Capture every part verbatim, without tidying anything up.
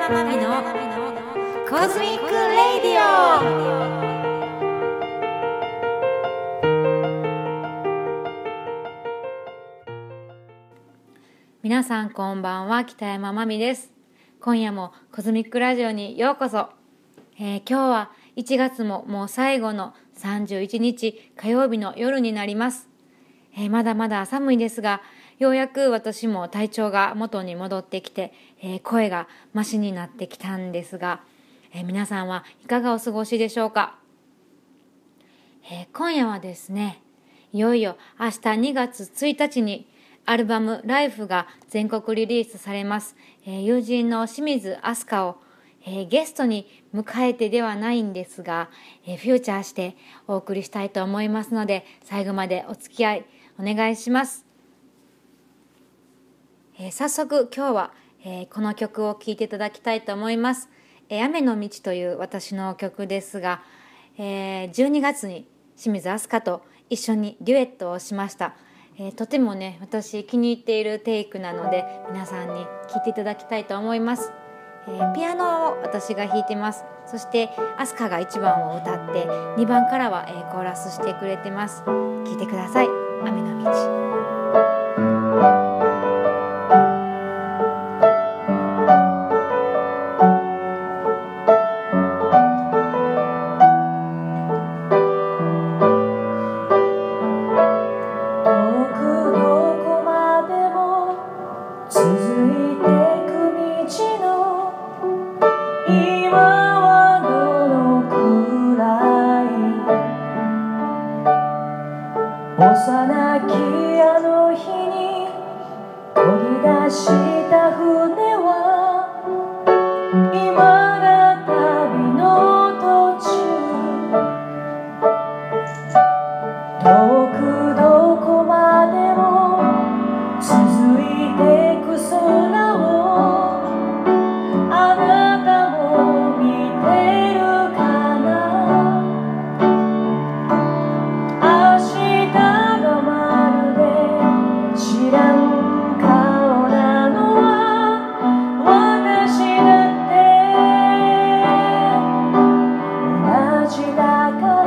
ままみのコズミックレディオ。皆さんこんばんは、北山まみです。今夜もコズミックラジオにようこそ。えー、今日はいちがつももう最後のさんじゅういちにち火曜日の夜になります。えー、まだまだ寒いですが、ようやく私も体調が元に戻ってきて、えー、声がマシになってきたんですが、えー、皆さんはいかがお過ごしでしょうか。えー、今夜はですね、いよいよ明日にがつついたちにアルバムライフが全国リリースされます。えー、友人の清水飛鳥を、えー、ゲストに迎えてではないんですが、えー、フューチャーしてお送りしたいと思いますので、最後までお付き合いお願いします。えー、早速今日は、えー、この曲を聴いていただきたいと思います。えー、雨の道という私の曲ですが、えー、じゅうにがつに清水飛鳥と一緒にデュエットをしました。えー、とてもね、私気に入っているテイクなので、皆さんに聴いていただきたいと思います。えー、ピアノを私が弾いてます。そして飛鳥がいちばんを歌って、にばんからは、えー、コーラスしてくれてます。聴いてください。雨の道。 幼きあの日に漕ぎ出した船は今が旅の途中、遠くどこまでも続いてく空をあなたも見てるかな。明日がまるで知らん顔なのは私だって同じだから。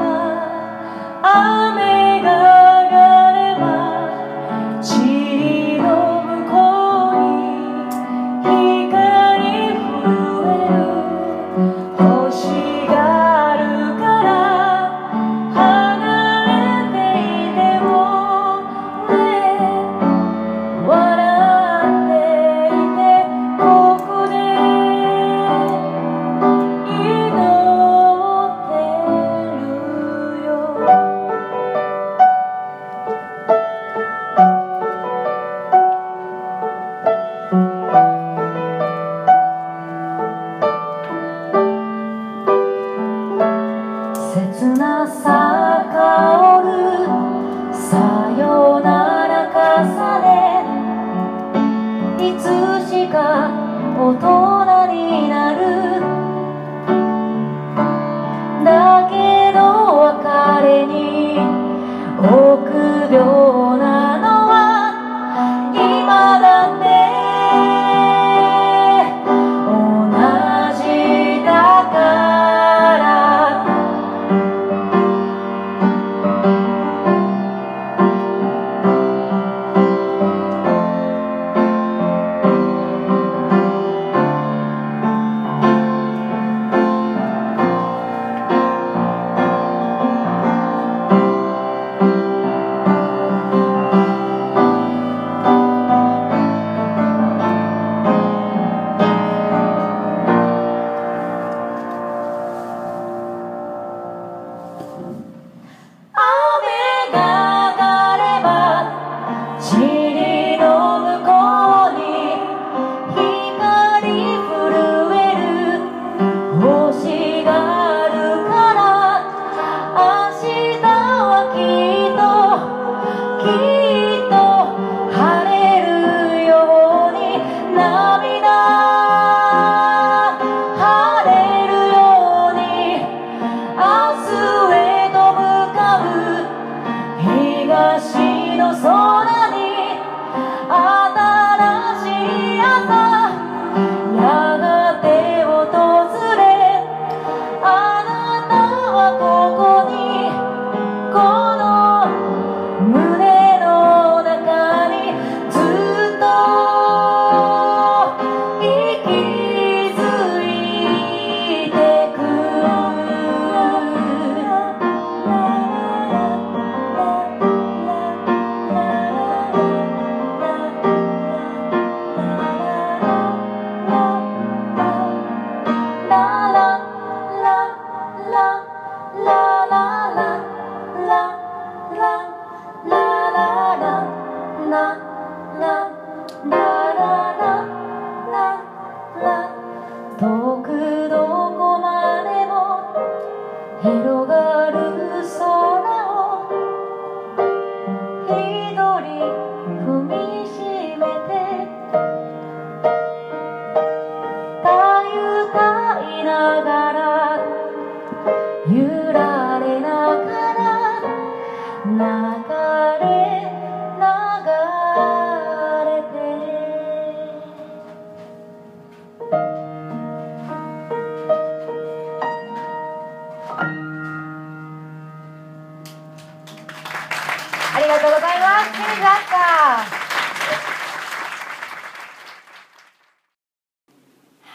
雨が上がれば塵の向こうに光増える星があるから離れていてもね。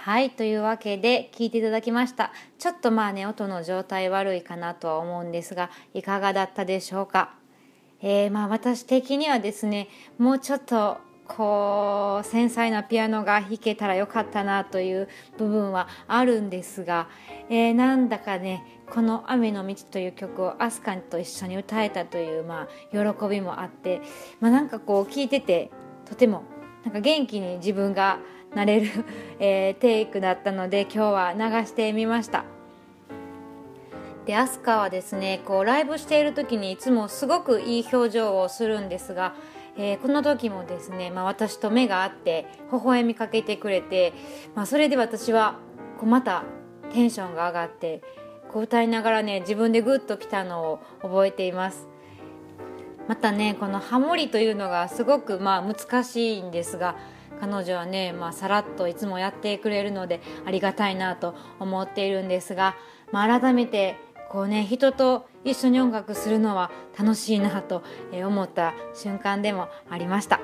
はい、というわけで聞いていただきました。ちょっとまあね音の状態悪いかなとは思うんですが、いかがだったでしょうか。えー、まあ私的にはですね、もうちょっとこう繊細なピアノが弾けたらよかったなという部分はあるんですが、えー、なんだかねこの雨の道という曲をアスカと一緒に歌えたという、まあ、喜びもあって、まあ、なんかこう聴いててとてもなんか元気に自分がなれる、えー、テイクだったので今日は流してみました。でアスカはですねこうライブしている時にいつもすごくいい表情をするんですが、えー、この時もですね、まあ、私と目が合って微笑みかけてくれて、まあ、それで私はこうまたテンションが上がってこう歌いながらね自分でグッときたのを覚えています。またねこのハモリというのがすごくまあ難しいんですが、彼女はね、まあ、さらっといつもやってくれるのでありがたいなと思っているんですが、まあ、改めてこうね人と一緒に音楽するのは楽しいなと思った瞬間でもありました。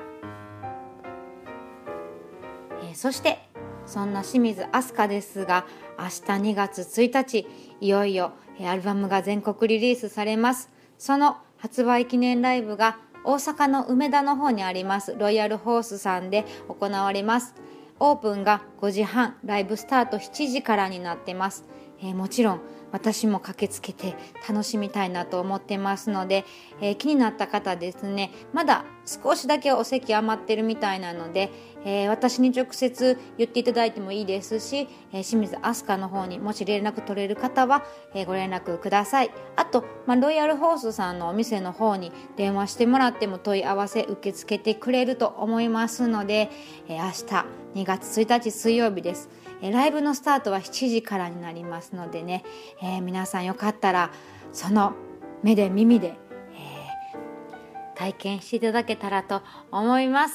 えー、そしてそんな清水飛鳥ですが、明日にがつついたちいよいよアルバムが全国リリースされます。その発売記念ライブが大阪の梅田の方にありますロイヤルホースさんで行われます。オープンがごじはん、ライブスタートしちじからになってます。えー、もちろん私も駆けつけて楽しみたいなと思ってますので、えー、気になった方ですね、まだ少しだけお席余ってるみたいなので、えー、私に直接言っていただいてもいいですし、えー、清水飛鳥の方にもし連絡取れる方は、えー、ご連絡ください。あと、まあ、ロイヤルホースさんのお店の方に電話してもらっても問い合わせ受け付けてくれると思いますので、えー、明日にがつついたち水曜日です。ライブのスタートはしちじからになりますのでね、えー、皆さんよかったらその目で耳で、えー、体験していただけたらと思います。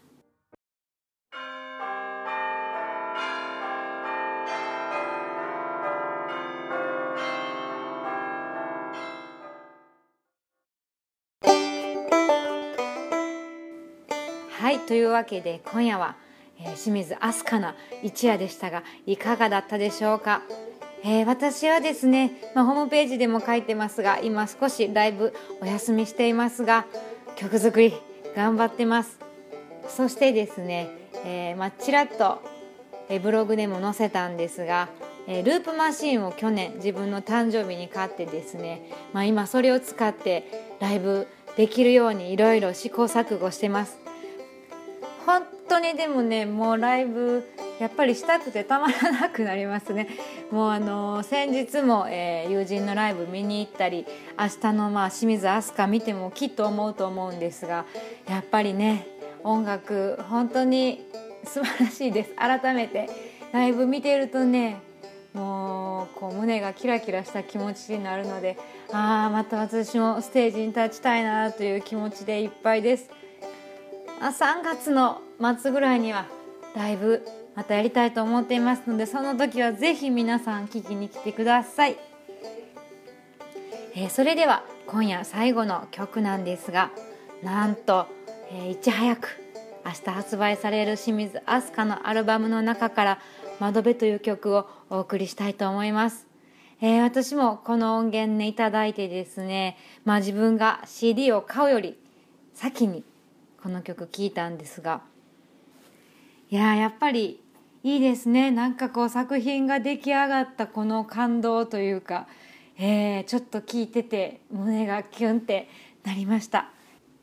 はい、というわけで今夜はえー、清水飛鳥の一夜でしたがいかがだったでしょうか。えー、私はですね、まあ、ホームページでも書いてますが今少しライブお休みしていますが曲作り頑張ってます。そしてですね、えーまあ、ちらっと、えー、ブログでも載せたんですが、えー、ループマシーンを去年自分の誕生日に買ってですね、まあ、今それを使ってライブできるようにいろいろ試行錯誤してます。本当にでもねもうライブやっぱりしたくてたまらなくなりますね。もうあの先日も、えー、友人のライブ見に行ったり明日のまあ清水飛鳥見てもきっと思うと思うんですが、やっぱりね音楽本当に素晴らしいです。改めてライブ見てるとねもうこう胸がキラキラした気持ちになるので、ああまた私もステージに立ちたいなという気持ちでいっぱいです。さんがつの末ぐらいにはライブまたやりたいと思っていますので、その時はぜひ皆さん聞きに来てください。えー、それでは今夜最後の曲なんですが、なんと、えー、いち早く明日発売される清水飛鳥のアルバムの中から窓辺という曲をお送りしたいと思います。えー、私もこの音源ねいただいてですね、まあ、自分が シーディー を買うより先にこの曲聴いたんですが、いややっぱりいいですね。なんかこう作品が出来上がったこの感動というか、えー、ちょっと聴いてて胸がキュンってなりました。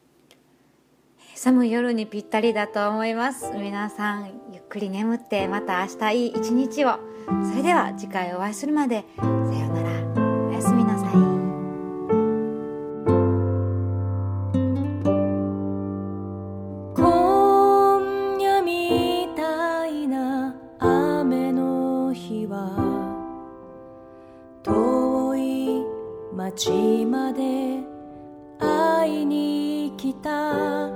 寒い夜にぴったりだと思います。皆さんゆっくり眠ってまた明日いい一日を。それでは次回お会いするまでさようなら、おやすみなさい。 今夜みたいな雨の日は遠い街まで会いに来た。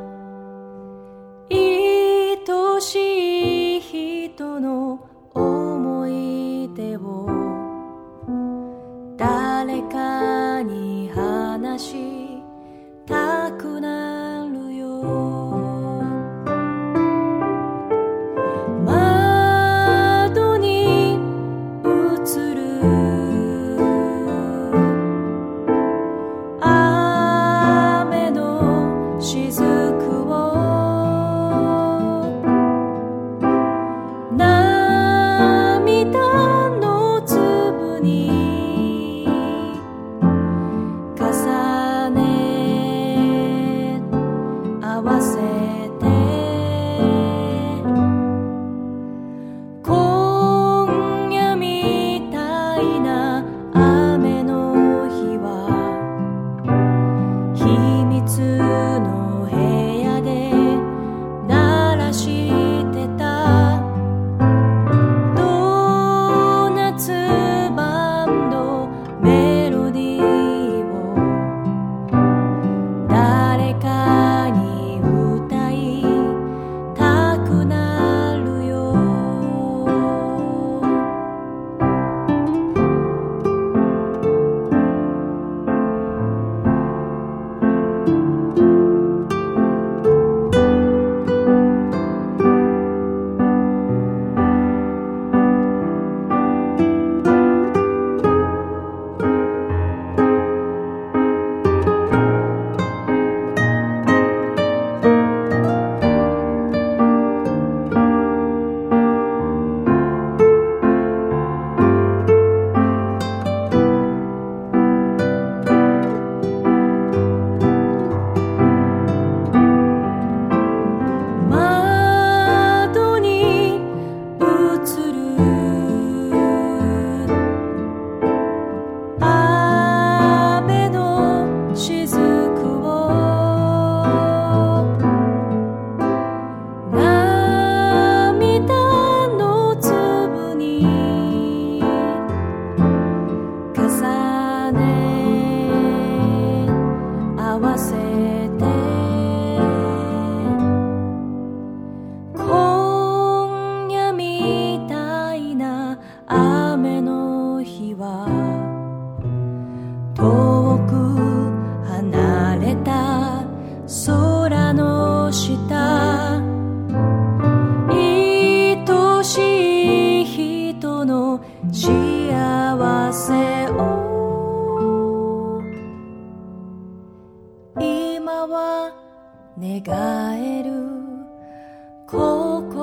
愛しい人の思い出を誰かに話したくなるよ。窓願える心